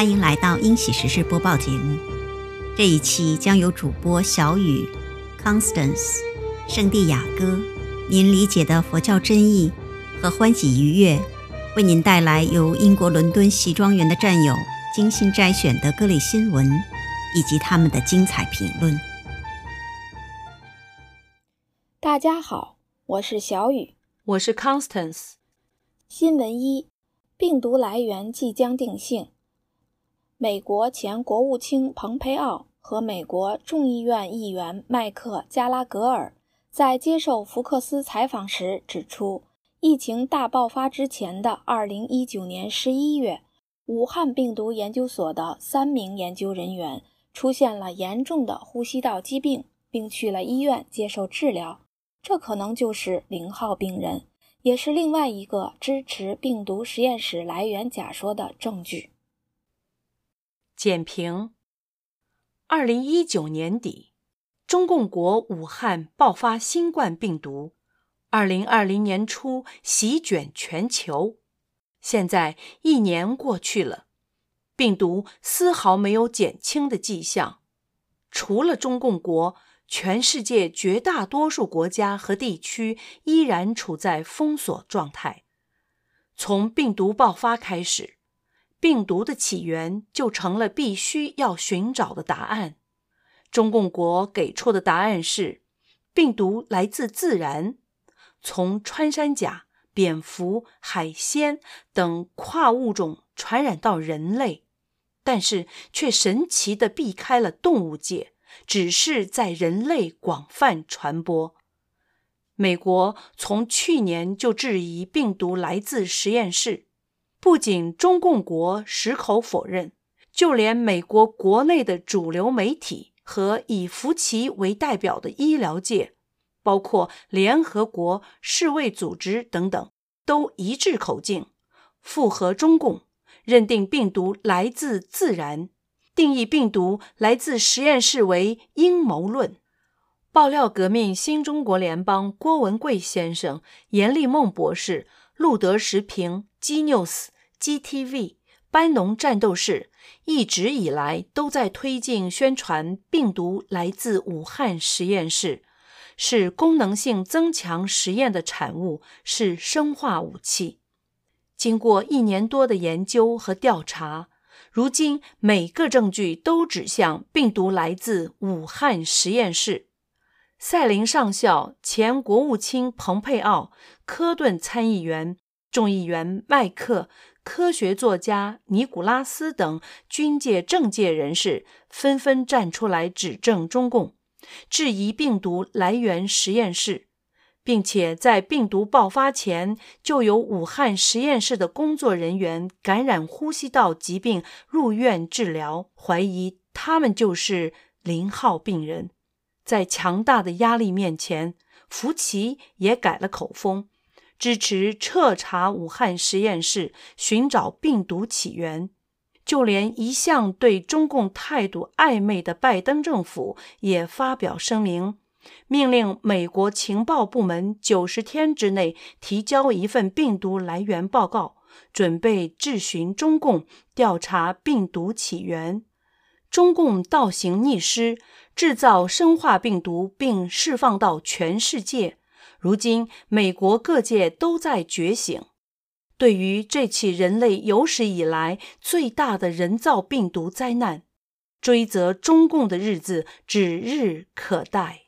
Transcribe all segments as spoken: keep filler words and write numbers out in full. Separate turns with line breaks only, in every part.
欢迎来到英喜时事播报节目。这一期将由主播小雨、Constance、圣地亚哥、您理解的佛教真义和欢喜愉悦，为您带来由英国伦敦习庄园的战友精心摘选的各类新闻，以及他们的精彩评论。
大家好，我是小雨，
我是 Constance。
新闻一，病毒来源即将定性。美国前国务卿蓬佩奥和美国众议院议员麦克加拉格尔在接受福克斯采访时指出，疫情大爆发之前的二零一九年十一月，武汉病毒研究所的三名研究人员出现了严重的呼吸道疾病，并去了医院接受治疗。这可能就是零号病人，也是另外一个支持病毒实验室来源假说的证据。
简评：二零一九年底，中共国武汉爆发新冠病毒，二零二零年初席卷全球。现在一年过去了，病毒丝毫没有减轻的迹象。除了中共国，全世界绝大多数国家和地区依然处在封锁状态。从病毒爆发开始，病毒的起源就成了必须要寻找的答案。中共国给出的答案是，病毒来自自然，从穿山甲、蝙蝠、海鲜等跨物种传染到人类，但是却神奇地避开了动物界，只是在人类广泛传播。美国从去年就质疑病毒来自实验室，不仅中共国矢口否认，就连美国国内的主流媒体和以福奇为代表的医疗界，包括联合国、世卫组织等等，都一致口径，附和中共，认定病毒来自自然，定义病毒来自实验室为阴谋论。爆料革命新中国联邦郭文贵先生、严立梦博士、路德时评、G News、G T V、班农战斗室一直以来都在推进宣传病毒来自武汉实验室，是功能性增强实验的产物，是生化武器。经过一年多的研究和调查，如今每个证据都指向病毒来自武汉实验室。赛林上校、前国务卿蓬佩奥、科顿参议员、众议员麦克、科学作家尼古拉斯等军界政界人士纷纷站出来指证中共，质疑病毒来源实验室，并且在病毒爆发前就有武汉实验室的工作人员感染呼吸道疾病入院治疗，怀疑他们就是零号病人。在强大的压力面前，福奇也改了口风，支持彻查武汉实验室，寻找病毒起源。就连一向对中共态度暧昧的拜登政府也发表声明，命令美国情报部门九十天之内提交一份病毒来源报告，准备质询中共，调查病毒起源。中共倒行逆施，制造生化病毒并释放到全世界。如今美国各界都在觉醒，对于这起人类有史以来最大的人造病毒灾难，追责中共的日子指日可待。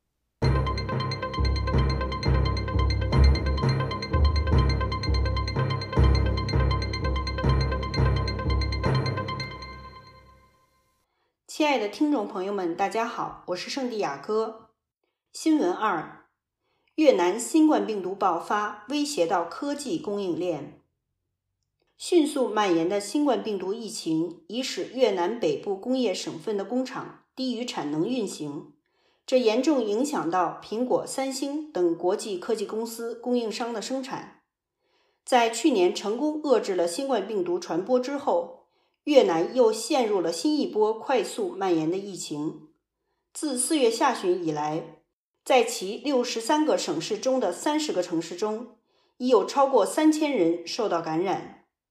亲爱的听众朋友们，大家好，我是圣地亚哥。新闻二，越南新冠病毒爆发，威胁到科技供应链。迅速蔓延的新冠病毒疫情已使越南北部工业省份的工厂低于产能运行，这严重影响到苹果、三星等国际科技公司供应商的生产。在去年成功遏制了新冠病毒传播之后，越南又陷入了新一波快速蔓延的疫情。自四月下旬以来，在其六十三个省市中的三十个城市中，已有超过三千人受到感染。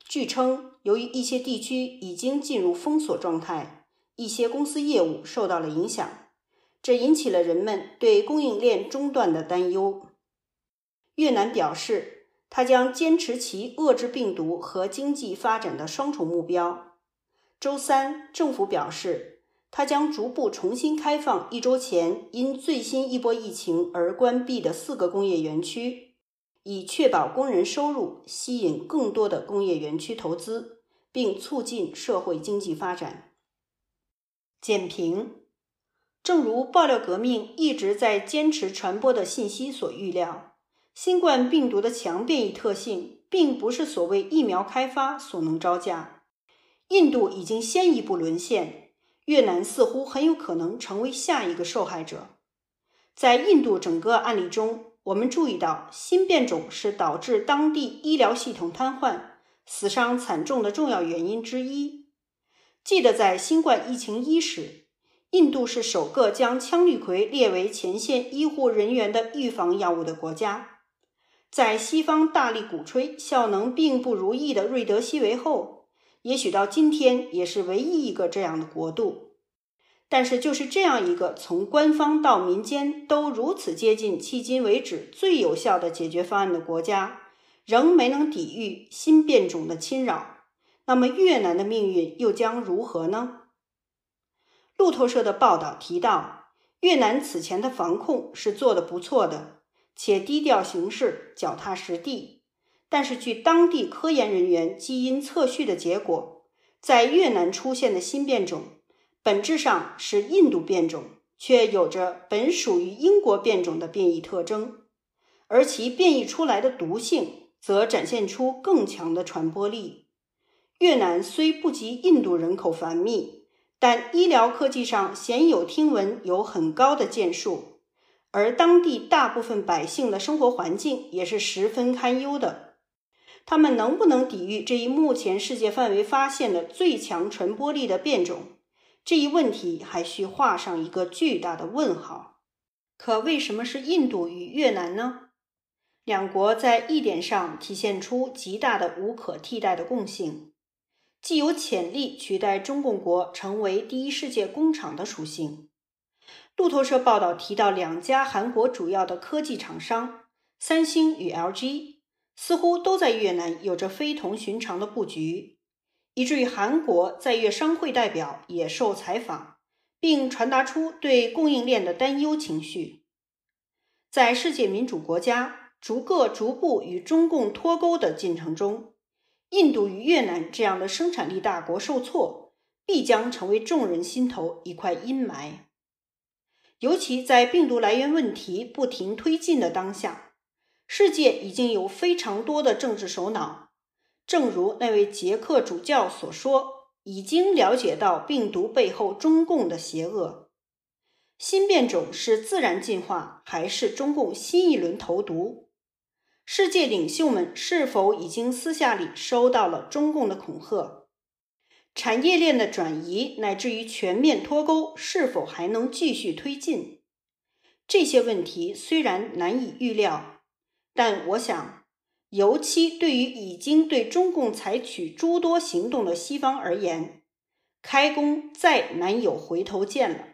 据称，由于一些地区已经进入封锁状态，一些公司业务受到了影响，这引起了人们对供应链中断的担忧。越南表示，它将坚持其遏制病毒和经济发展的双重目标。周三，政府表示，它将逐步重新开放一周前因最新一波疫情而关闭的四个工业园区，以确保工人收入，吸引更多的工业园区投资，并促进社会经济发展。简评：正如爆料革命一直在坚持传播的信息所预料，新冠病毒的强变异特性并不是所谓疫苗开发所能招架。印度已经先一步沦陷，越南似乎很有可能成为下一个受害者。在印度整个案例中，我们注意到新变种是导致当地医疗系统瘫痪、死伤惨重的重要原因之一。记得在新冠疫情伊始，印度是首个将羟氯喹列为前线医护人员的预防药物的国家。在西方大力鼓吹效能并不如意的瑞德西韦后，也许到今天也是唯一一个这样的国度。但是就是这样一个从官方到民间都如此接近迄今为止最有效的解决方案的国家，仍没能抵御新变种的侵扰，那么越南的命运又将如何呢？路透社的报道提到，越南此前的防控是做得不错的，且低调行事，脚踏实地。但是据当地科研人员基因测序的结果，在越南出现的新变种本质上是印度变种，却有着本属于英国变种的变异特征，而其变异出来的毒性则展现出更强的传播力。越南虽不及印度人口繁密，但医疗科技上鲜有听闻有很高的建树，而当地大部分百姓的生活环境也是十分堪忧的。他们能不能抵御这一目前世界范围发现的最强传播力的变种，这一问题还需画上一个巨大的问号。可为什么是印度与越南呢？两国在一点上体现出极大的无可替代的共性，既有潜力取代中共国成为第一世界工厂的属性。路透社报道提到，两家韩国主要的科技厂商三星与 L G似乎都在越南有着非同寻常的布局，以至于韩国在越商会代表也受采访，并传达出对供应链的担忧情绪。在世界民主国家逐个逐步与中共脱钩的进程中，印度与越南这样的生产力大国受挫，必将成为众人心头一块阴霾。尤其在病毒来源问题不停推进的当下，世界已经有非常多的政治首脑，正如那位捷克主教所说，已经了解到病毒背后中共的邪恶。新变种是自然进化，还是中共新一轮投毒？世界领袖们是否已经私下里收到了中共的恐吓？产业链的转移乃至于全面脱钩是否还能继续推进？这些问题虽然难以预料，但我想，尤其对于已经对中共采取诸多行动的西方而言，开弓再难有回头箭了。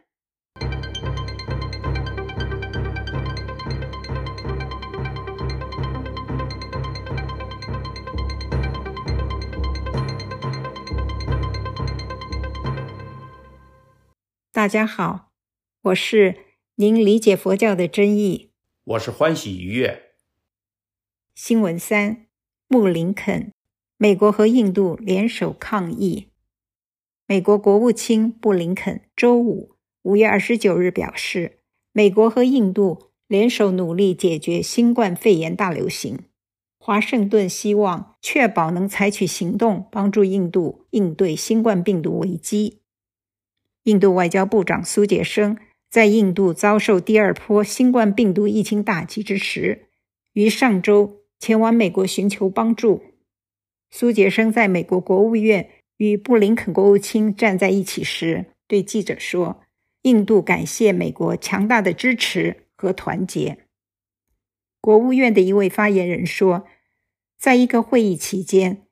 大家好，我是您理解佛教的真意，
我是欢喜愉悦。
新闻三，穆林肯，美国和印度联手抗疫。美国国务卿布林肯周五五月二十九日表示，美国和印度联手努力解决新冠肺炎大流行。华盛顿希望确保能采取行动帮助印度应对新冠病毒危机。印度外交部长苏杰生在印度遭受第二波新冠病毒疫情打击之时，于上周前往美国寻求帮助。苏杰生在美国国务院与布林肯国务卿站在一起时，对记者说，印度感谢美国强大的支持和团结。国务院的一位发言人说，在一个会议期间，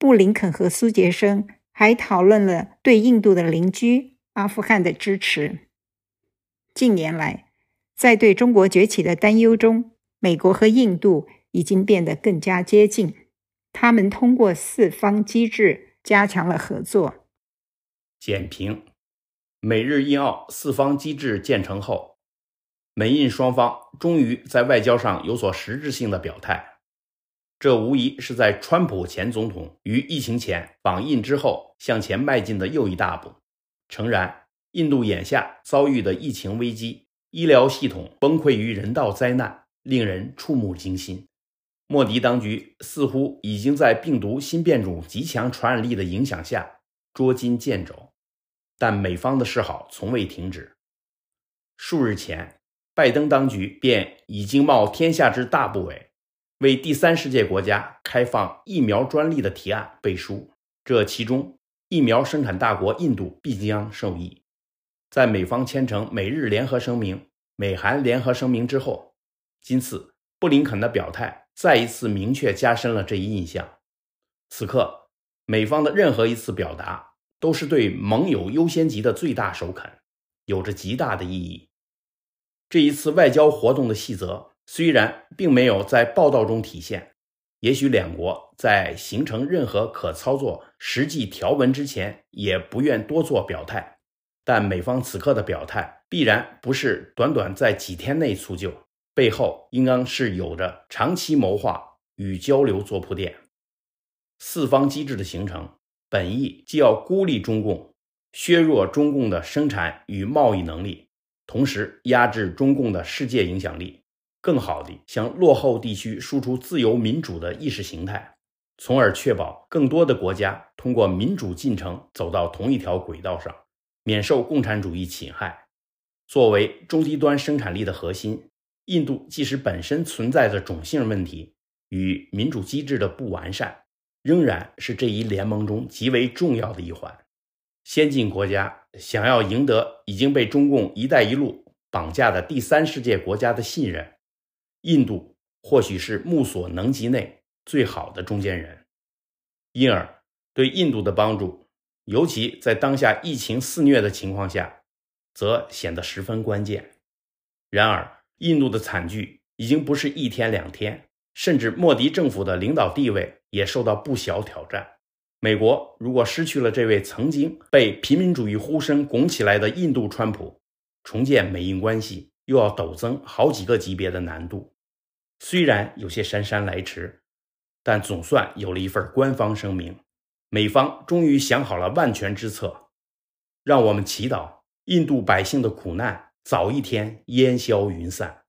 布林肯和苏杰生还讨论了对印度的邻居阿富汗的支持。近年来，在对中国崛起的担忧中，美国和印度已经变得更加接近，他们通过四方机制加强了合作。
简评：美日印澳四方机制建成后，美印双方终于在外交上有所实质性的表态，这无疑是在川普前总统于疫情前访印之后向前迈进的又一大步。诚然，印度眼下遭遇的疫情危机，医疗系统崩溃于人道灾难，令人触目惊心。莫迪当局似乎已经在病毒新变种极强传染力的影响下捉襟见肘，但美方的示好从未停止。数日前，拜登当局便已经冒天下之大不韪，为第三世界国家开放疫苗专利的提案背书，这其中疫苗生产大国印度必将受益。在美方签成美日联合声明、美韩联合声明之后，今次布林肯的表态再一次明确加深了这一印象。此刻，美方的任何一次表达都是对盟友优先级的最大首肯，有着极大的意义。这一次外交活动的细则虽然并没有在报道中体现，也许两国在形成任何可操作实际条文之前也不愿多做表态，但美方此刻的表态必然不是短短在几天内促就，背后应当是有着长期谋划与交流做铺垫。四方机制的形成本意既要孤立中共，削弱中共的生产与贸易能力，同时压制中共的世界影响力，更好地向落后地区输出自由民主的意识形态，从而确保更多的国家通过民主进程走到同一条轨道上，免受共产主义侵害。作为中低端生产力的核心，印度即使本身存在着种姓问题与民主机制的不完善，仍然是这一联盟中极为重要的一环。先进国家想要赢得已经被中共一带一路绑架的第三世界国家的信任，印度或许是目所能及内最好的中间人。因而对印度的帮助，尤其在当下疫情肆虐的情况下，则显得十分关键。然而印度的惨剧已经不是一天两天，甚至莫迪政府的领导地位也受到不小挑战。美国如果失去了这位曾经被平民主义呼声拱起来的印度川普，重建美印关系又要陡增好几个级别的难度。虽然有些姗姗来迟，但总算有了一份官方声明，美方终于想好了万全之策。让我们祈祷印度百姓的苦难早一天烟消云散。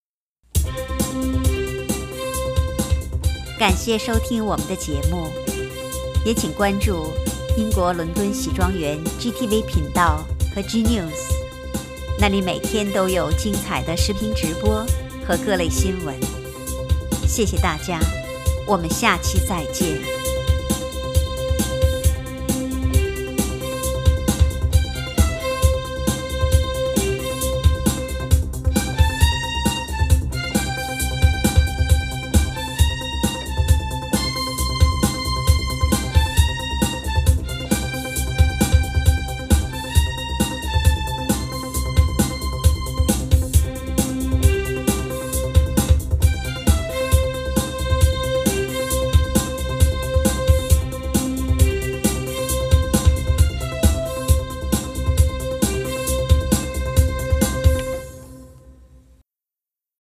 感谢收听我们的节目，也请关注英国伦敦喜庄园 G T V 频道和 G News， 那里每天都有精彩的视频直播和各类新闻。谢谢大家，我们下期再见。